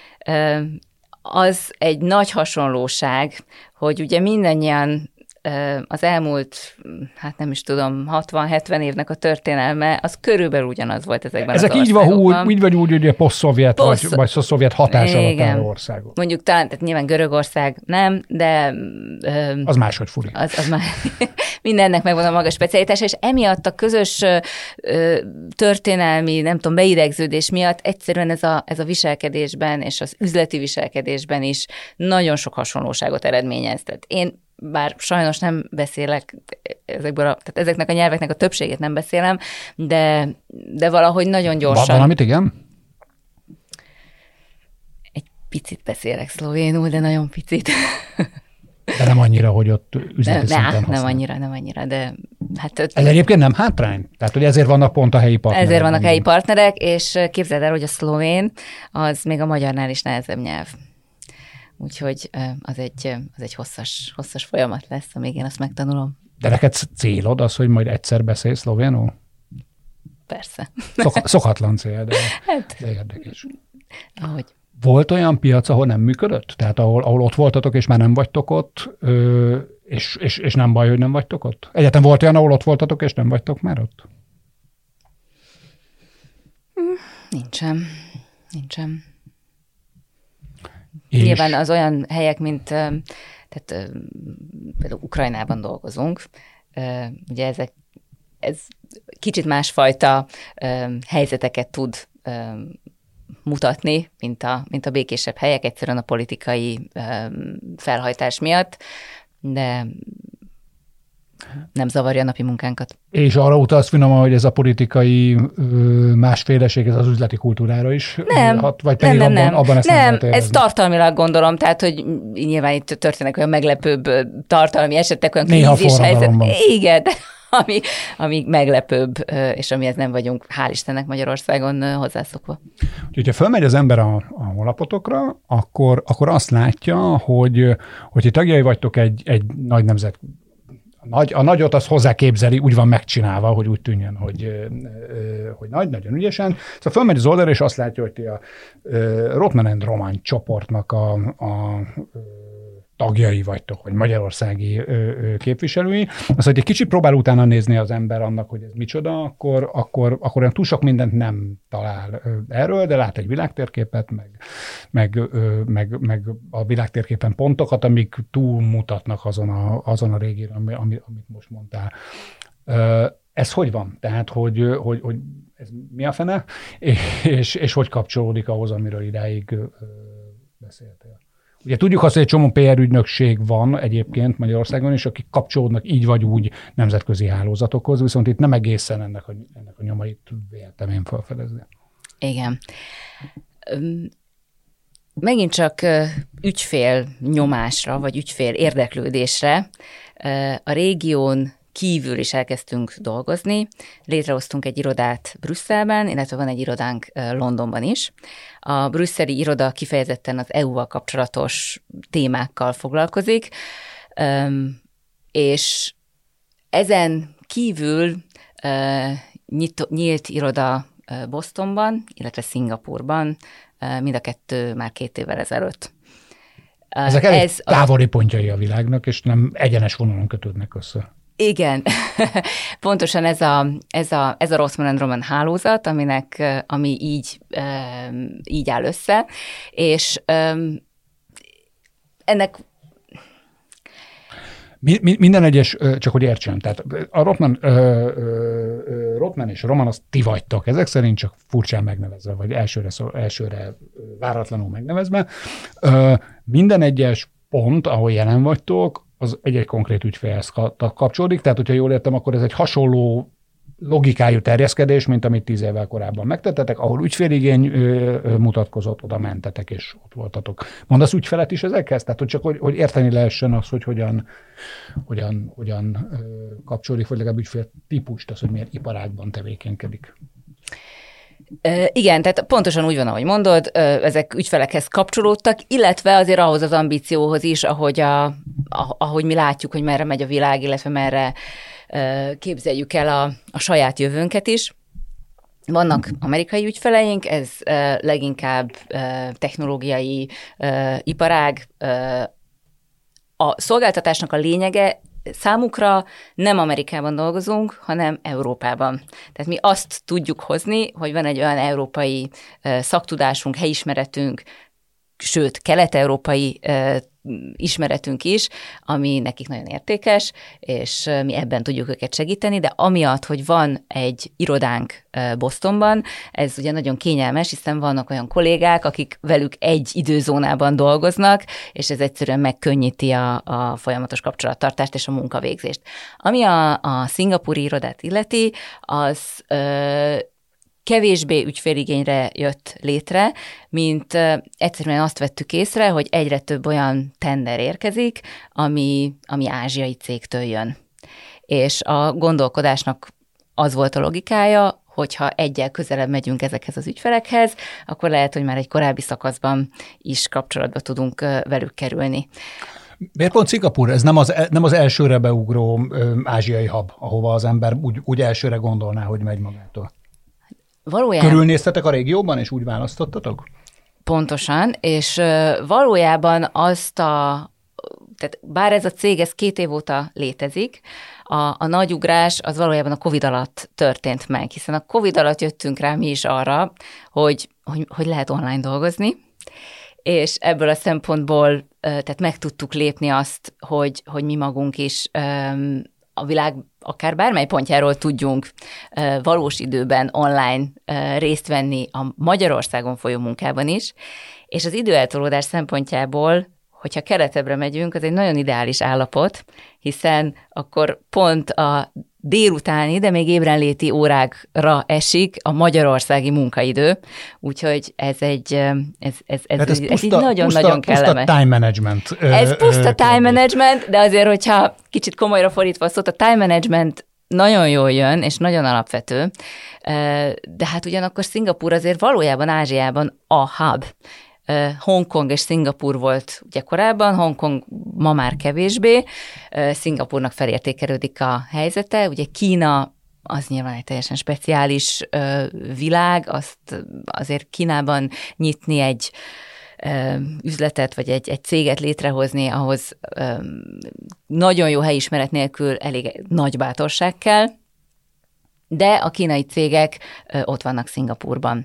az egy nagy hasonlóság, hogy ugye mindannyian az elmúlt, hát nem is tudom, 60-70 évnek a történelme, az körülbelül ugyanaz volt ezekben ezek az országokban. Ezek így vagy úgy, hogy posztszovjet vagy szovjet hatás alatt álló országok. Mondjuk talán, tehát nyilván Görögország nem, de... az máshogy furi. Az már mindennek megvan a maga specialitása, és emiatt a közös történelmi, nem tudom, beidegződés miatt egyszerűen ez a viselkedésben és az üzleti viselkedésben is nagyon sok hasonlóságot eredményez. Tehát én bár sajnos nem beszélek tehát ezeknek a nyelveknek a többségét nem beszélem, de valahogy nagyon gyorsan... Valamit, igen? Egy picit beszélek szlovénul, de nagyon picit. De nem annyira, hogy ott üzleti szinten használ. Nem annyira, de hát... Ez egyébként nem hátrány? Tehát, hogy ezért vannak pont a helyi partnerek. Ezért vannak helyi partnerek, és képzeld el, hogy a szlovén az még a magyarnál is nehezebb nyelv. Úgyhogy az egy hosszas folyamat lesz, amíg én azt megtanulom. De neked célod az, hogy majd egyszer beszélsz szlovénul? Persze. Szokatlan cél, de érdekes. Ahogy. Volt olyan piac, ahol nem működött? Tehát ahol ott voltatok, és már nem vagytok ott, és nem baj, hogy nem vagytok ott? Egyáltalán volt olyan, ahol ott voltatok, és nem vagytok már ott? Nincsen. És... Nyilván az olyan helyek, mint tehát például Ukrajnában dolgozunk, ugye ez kicsit másfajta helyzeteket tud mutatni, mint a békésebb helyek, egyszerűen a politikai felhajtás miatt, de nem zavarja a napi munkánkat. És arra utalsz finoman, hogy ez a politikai másféleség, ez az üzleti kultúrára is hat, vagy pedig abban ezt nem ez tartalmilag gondolom, tehát, hogy nyilván itt történnek olyan meglepőbb tartalmi esetek, olyan krízis helyzet. Igen, ami meglepőbb, és amihez nem vagyunk, hál' Istennek Magyarországon hozzászokva. Úgyhogy, ha fölmegy az ember a honlapotokra, akkor azt látja, hogy ti tagjai vagytok egy nagy nemzet. A nagyot azt hozzáképzeli, úgy van megcsinálva, hogy úgy tűnjön, hogy nagy, nagyon ügyesen. Szóval fölmegy az oldalra, és azt látja, hogy ti a Rothman & Roman csoportnak a tagjai vagytok, vagy magyarországi képviselői. Azt, hogy egy kicsit próbál utána nézni az ember annak, hogy ez micsoda, akkor olyan túl sok mindent nem talál erről, de lát egy világtérképet, meg a világtérképen pontokat, amik túlmutatnak azon a régión, amit most mondtál. Ez hogy van? Tehát, hogy ez mi a fene, és hogy kapcsolódik ahhoz, amiről idáig beszéltél? Ugye tudjuk azt, hogy egy csomó PR ügynökség van egyébként Magyarországon, és akik kapcsolódnak így vagy úgy nemzetközi hálózatokhoz, viszont itt nem egészen ennek a nyomait véltem én felfedezni. Igen. megint csak ügyfél nyomásra, vagy ügyfél érdeklődésre a régión kívül is elkezdtünk dolgozni. Létrehoztunk egy irodát Brüsszelben, illetve van egy irodánk Londonban is. A brüsszeli iroda kifejezetten az EU-val kapcsolatos témákkal foglalkozik, és ezen kívül nyílt iroda Bostonban, illetve Szingapurban, mind a kettő már 2 évvel ezelőtt. Ezek elég távoli pontjai a világnak, és nem egyenes vonalon kötődnek össze. Igen, pontosan ez a Rothman & Roman hálózat, ami így áll össze, és ennek minden egyes, csak hogy értsem, tehát a Rothman és Roman, azt ti vagytok, ezek szerint csak furcsán megnevezve, vagy elsőre váratlanul megnevezve. Minden egyes pont, ahol jelen vagytok, az egy konkrét ügyfélhez kapcsolódik, tehát hogyha jól értem, akkor ez egy hasonló logikájú terjeszkedés, mint amit 10 évvel korábban megtettetek, ahol ügyféligény mutatkozott, oda mentetek, és ott voltatok. Mondasz ügyfelet is ezekhez? Tehát, hogy csak hogy érteni lehessen az, hogy hogyan kapcsolódik, vagy legalább ügyfél típust, az, hogy milyen iparágban tevékenykedik. Igen, tehát pontosan úgy van, ahogy mondod, ezek ügyfelekhez kapcsolódtak, illetve azért ahhoz az ambícióhoz is, ahogy mi látjuk, hogy merre megy a világ, illetve merre képzeljük el a saját jövőnket is. Vannak amerikai ügyfeleink, ez leginkább technológiai iparág. A szolgáltatásnak a lényege számukra nem Amerikában dolgozunk, hanem Európában. Tehát mi azt tudjuk hozni, hogy van egy olyan európai szaktudásunk, helyismeretünk, sőt, kelet-európai ismeretünk is, ami nekik nagyon értékes, és mi ebben tudjuk őket segíteni, de amiatt, hogy van egy irodánk Bostonban, ez ugye nagyon kényelmes, hiszen vannak olyan kollégák, akik velük egy időzónában dolgoznak, és ez egyszerűen megkönnyíti a folyamatos kapcsolattartást és a munkavégzést. Ami a szingapúri irodát illeti, az kevésbé ügyféligényre jött létre, mint egyszerűen azt vettük észre, hogy egyre több olyan tender érkezik, ami ázsiai cégtől jön. És a gondolkodásnak az volt a logikája, hogyha egyel közelebb megyünk ezekhez az ügyfelekhez, akkor lehet, hogy már egy korábbi szakaszban is kapcsolatba tudunk velük kerülni. Miért pont Szingapúr? Ez nem az elsőre beugró ázsiai hub, ahova az ember úgy elsőre gondolná, hogy megy magától? Valójában... Körülnéztetek a régióban, és úgy választottatok? Pontosan, és valójában tehát bár ez a cég, ez 2 év óta létezik, a nagy ugrás az valójában a Covid alatt történt meg, hiszen a Covid alatt jöttünk rá mi is arra, hogy lehet online dolgozni, és ebből a szempontból tehát meg tudtuk lépni azt, hogy mi magunk is a világ akár bármely pontjáról tudjunk valós időben online részt venni a Magyarországon folyó munkában is, és az időeltolódás szempontjából, hogyha keletebbre megyünk, az egy nagyon ideális állapot, hiszen akkor pont a délutáni, de még ébrenléti órákra esik a magyarországi munkaidő, úgyhogy ez így nagyon-nagyon kellemes. Puszta time management. Ez puszta time management, de azért, hogyha kicsit komolyra fordítva a szót, a time management nagyon jól jön, és nagyon alapvető, de hát ugyanakkor Szingapúr azért valójában Ázsiában a hub. Hongkong és Szingapúr volt ugye korábban, Hongkong ma már kevésbé, Szingapúrnak felértékelődik a helyzete, ugye Kína az nyilván egy teljesen speciális világ, azt azért Kínában nyitni egy üzletet, vagy egy céget létrehozni, ahhoz nagyon jó helyismeret nélkül elég nagy bátorság kell, de a kínai cégek ott vannak Szingapúrban.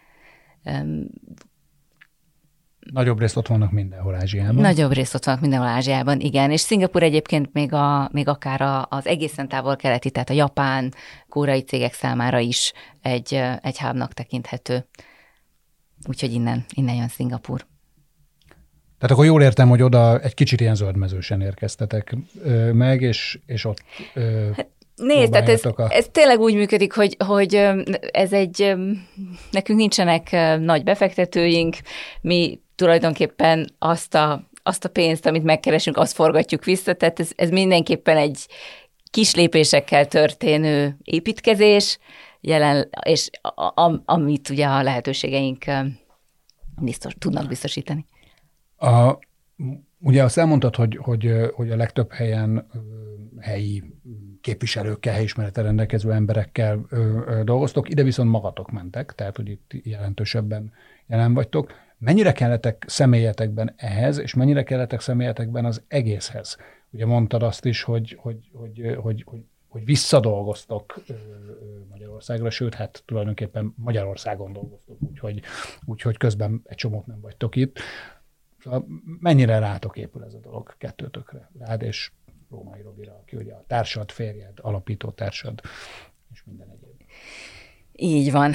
Nagyobb részt ott vannak mindenhol Ázsiában. Nagyobb részt ott vannak mindenhol Ázsiában, igen. És Szingapúr egyébként még akár az egészen távol-keleti, tehát a japán, koreai cégek számára is egy hubnak tekinthető. Úgyhogy innen jön Szingapúr. Tehát akkor jól értem, hogy oda egy kicsit ilyen zöldmezősen érkeztetek meg, és ott... Nézd, tehát ez tényleg úgy működik, hogy ez nekünk nincsenek nagy befektetőink, mi tulajdonképpen azt a pénzt, amit megkeresünk, azt forgatjuk vissza, tehát ez mindenképpen egy kis lépésekkel történő építkezés, és amit ugye a lehetőségeink tudnak biztosítani. Ugye azt elmondtad, hogy a legtöbb helyen helyi képviselőkkel, helyismerettel rendelkező emberekkel dolgoztok, ide viszont magatok mentek, tehát hogy itt jelentősebben jelen vagytok. Mennyire kellettek személyetekben ehhez, és mennyire kellettek személyetekben az egészhez? Ugye mondtad azt is, hogy visszadolgoztok Magyarországra, sőt, hát tulajdonképpen Magyarországon dolgoztok, úgyhogy közben egy csomót nem vagytok itt. Mennyire rátok épül ez a dolog kettőtökre? Rád és Római Robira, aki ugye a társad, férjed, alapító társad, és minden egyéb. Így van.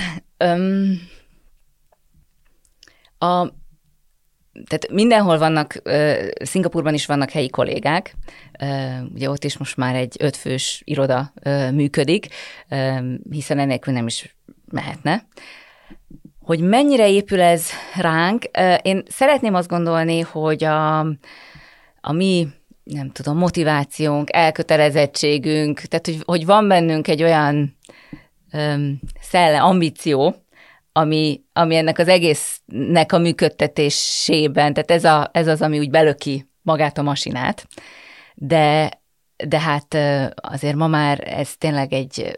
Tehát mindenhol vannak, Szingapúrban is vannak helyi kollégák, ugye ott is most már egy 5 fős iroda működik, hiszen ennélkül nem is mehetne. Hogy mennyire épül ez ránk, én szeretném azt gondolni, hogy a mi, nem tudom, motivációnk, elkötelezettségünk, tehát hogy van bennünk egy olyan ambíció, ami ennek az egésznek a működtetésében, tehát ez az, ami úgy belöki magát a masinát, de hát azért ma már ez tényleg egy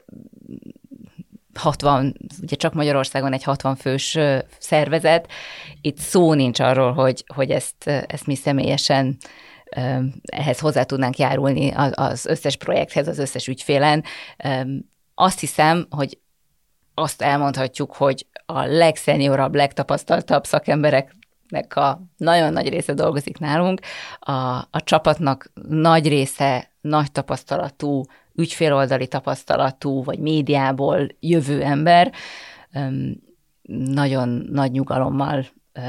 60, ugye csak Magyarországon egy 60 fős szervezet, itt szó nincs arról, hogy ezt mi személyesen ehhez hozzá tudnánk járulni az összes projekthez, az összes ügyfélen. Azt hiszem, hogy azt elmondhatjuk, hogy a legszeniorabb, legtapasztaltabb szakembereknek a nagyon nagy része dolgozik nálunk. A csapatnak nagy része nagy tapasztalatú, ügyféloldali tapasztalatú, vagy médiából jövő ember. Nagyon nagy nyugalommal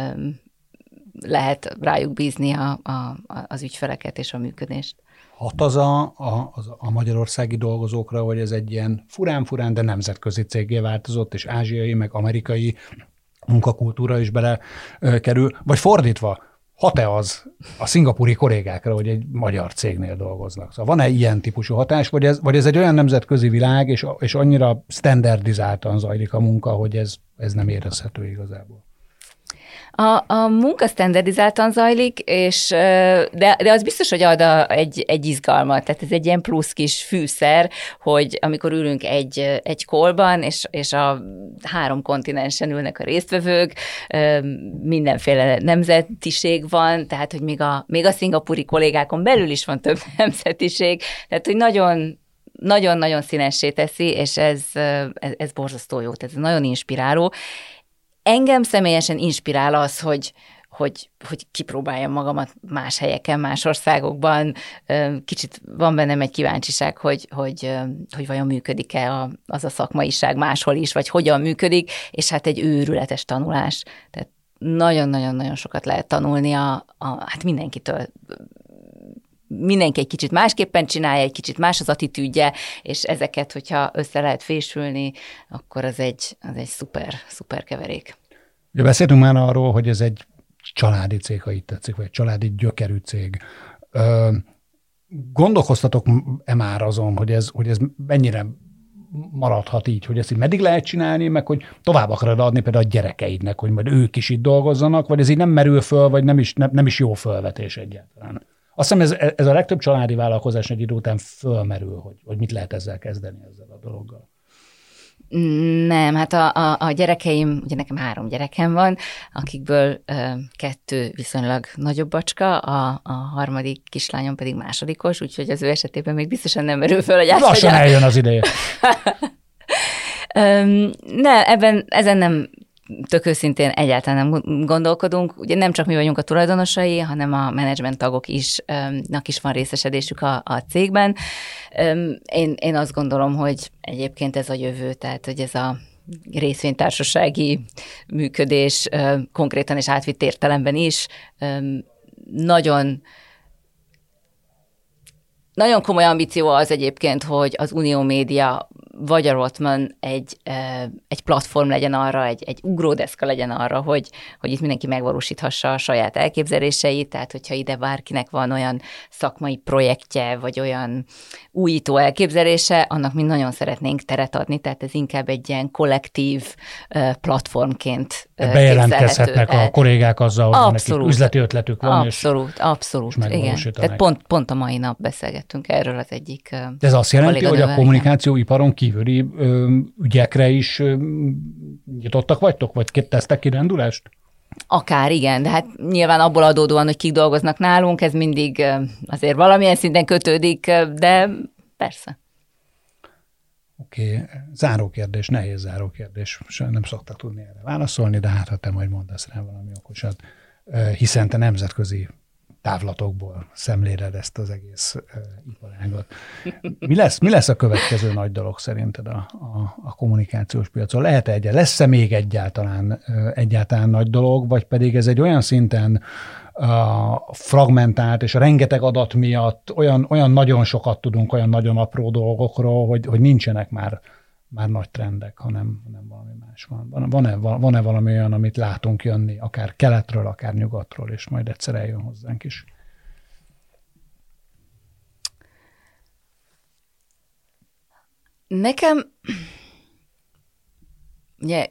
lehet rájuk bízni az ügyfeleket és a működést. Hat az a magyarországi dolgozókra, hogy ez egy ilyen furán, de nemzetközi céggé változott, és ázsiai, meg amerikai munkakultúra is bele kerül, vagy fordítva, hat-e az a szingapúri kollégákra, hogy egy magyar cégnél dolgoznak? Szóval van-e ilyen típusú hatás, vagy ez egy olyan nemzetközi világ, és annyira standardizáltan zajlik a munka, hogy ez nem érezhető igazából? A munka standardizáltan zajlik, de az biztos, hogy ad egy izgalmat. Tehát ez egy ilyen plusz kis fűszer, hogy amikor ülünk egy callban, és a 3 kontinensen ülnek a résztvevők, mindenféle nemzetiség van, tehát hogy még a szingapúri kollégákon belül is van több nemzetiség, tehát hogy nagyon-nagyon színessé teszi, és ez borzasztó jó, tehát ez nagyon inspiráló. Engem személyesen inspirál az, hogy kipróbáljam magamat más helyeken, más országokban. Kicsit van bennem egy kíváncsiság, hogy vajon működik-e az a szakmaiság máshol is, vagy hogyan működik, és hát egy őrületes tanulás. Tehát nagyon-nagyon-nagyon sokat lehet tanulni hát mindenkitől. Mindenki egy kicsit másképpen csinálja, egy kicsit más az attitűdje, és ezeket, hogyha össze lehet fésülni, akkor az egy szuper keverék. Ugye beszéltünk már arról, hogy ez egy családi cég, ha így tetszik, vagy egy családi gyökerű cég. Gondolkoztatok-e már azon, hogy ez mennyire maradhat így, hogy ezt így meddig lehet csinálni, meg hogy tovább akarod adni például a gyerekeidnek, hogy majd ők is itt dolgozzanak, vagy ez így nem merül föl, vagy nem is jó fölvetés egyáltalán? Azt hiszem ez a legtöbb családi vállalkozás egy idő után fölmerül, hogy mit lehet ezzel kezdeni, ezzel a dologgal. Nem, hát a gyerekeim, ugye nekem 3 gyerekem van, akikből 2 viszonylag nagyobb bacska, a harmadik kislányom pedig másodikos, úgyhogy az ő esetében még biztosan nem merül föl, hogy lassan eljön az ideje. Ezen nem tök őszintén egyáltalán nem gondolkodunk. Ugye nem csak mi vagyunk a tulajdonosai, hanem a menedzsment tagok is van részesedésük a cégben. Én azt gondolom, hogy egyébként ez a jövő, tehát hogy ez a részvénytársasági működés konkrétan és átvitt értelemben is nagyon Nagyon komoly ambíció az egyébként, hogy az Unió Média vagy a Rotman egy platform legyen arra, egy ugródeszka legyen arra, hogy itt mindenki megvalósíthassa a saját elképzeléseit, tehát hogyha ide bárkinek van olyan szakmai projektje, vagy olyan újító elképzelése, annak mi nagyon szeretnénk teret adni, tehát ez inkább egy ilyen kollektív platformként bejelentkezhetnek a kollégák azzal, hogy nekik üzleti ötletük van. Abszolút, igen. Tehát pont a mai nap beszélgettünk erről az egyik. De ez azt jelenti, hogy a kommunikációiparon kívüli ügyekre is nyitottak vagytok, vagy tesztek kirándulást? Akár igen, de hát nyilván abból adódóan, hogy kik dolgoznak nálunk, ez mindig azért valamilyen szinten kötődik, de persze. Oké, zárókérdés, nehéz zárókérdés. Nem szoktak tudni erre válaszolni, de hát ha te majd mondasz rá valami okosat, hiszen te nemzetközi távlatokból szemléled ezt az egész iparágat. Mi lesz a következő nagy dolog szerinted a kommunikációs piacon? Lesz-e még egyáltalán nagy dolog, vagy pedig ez egy olyan szinten fragmentált, és a rengeteg adat miatt olyan nagyon sokat tudunk, olyan nagyon apró dolgokról, hogy nincsenek már nagy trendek, hanem valami más van. Van-e valami olyan, amit látunk jönni, akár keletről, akár nyugatról, és majd egyszer eljön hozzánk is? Nekem ugye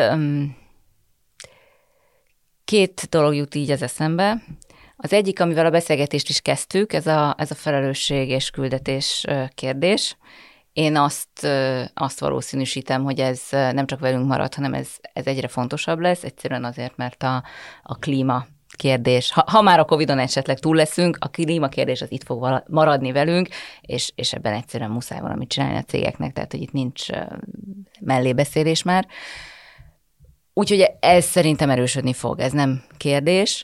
két dolog jut így az eszembe. Az egyik, amivel a beszélgetést is kezdtük, ez a felelősség és küldetés kérdés. Én azt valószínűsítem, hogy ez nem csak velünk marad, hanem ez egyre fontosabb lesz, egyszerűen azért, mert a klíma kérdés, ha már a Covid-on esetleg túl leszünk, a klímakérdés az itt fog maradni velünk, és ebben egyszerűen muszáj valamit csinálni a cégeknek, tehát hogy itt nincs mellébeszélés már. Úgyhogy ez szerintem erősödni fog, ez nem kérdés.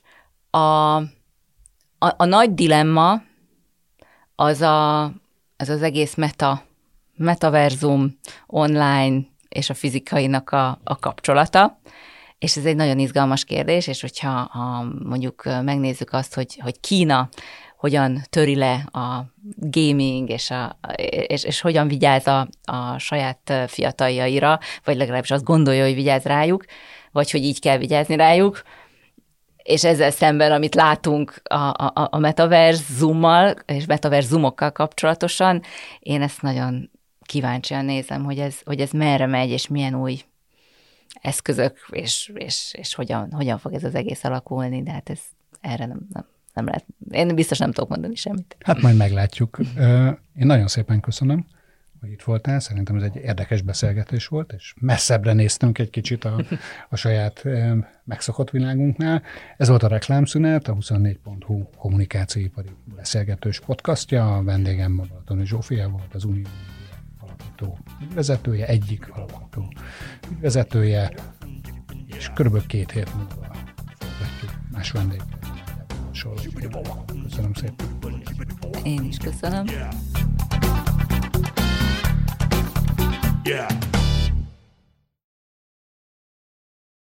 A nagy dilemma az az egész metaverzum, online és a fizikainak a kapcsolata, és ez egy nagyon izgalmas kérdés, és hogyha mondjuk megnézzük azt, hogy Kína hogyan töri le a gaming, és hogyan vigyáz a saját fiataljaira, vagy legalábbis azt gondolja, hogy vigyáz rájuk, vagy hogy így kell vigyázni rájuk, és ezzel szemben, amit látunk a metaverzummal és metaverzumokkal kapcsolatosan, én ezt nagyon kíváncsian nézem, hogy ez merre megy, és milyen új eszközök, és hogyan fog ez az egész alakulni, de hát ez erre nem lehet. Én biztos nem tudok mondani semmit. Hát majd meglátjuk. Én nagyon szépen köszönöm, hogy itt voltál. Szerintem ez egy érdekes beszélgetés volt, és messzebbre néztünk egy kicsit a saját megszokott világunknál. Ez volt a Reklámszünet, a 24.hu kommunikációipari beszélgetős podcastja. A vendégem Balatoni Zsófia volt, az Unió alapító ügyvezetője, egyik alapító ügyvezetője, és körülbelül 2 hét múlva folytatjuk más vendéggel. Köszönöm szépen. Én is köszönöm. Yeah.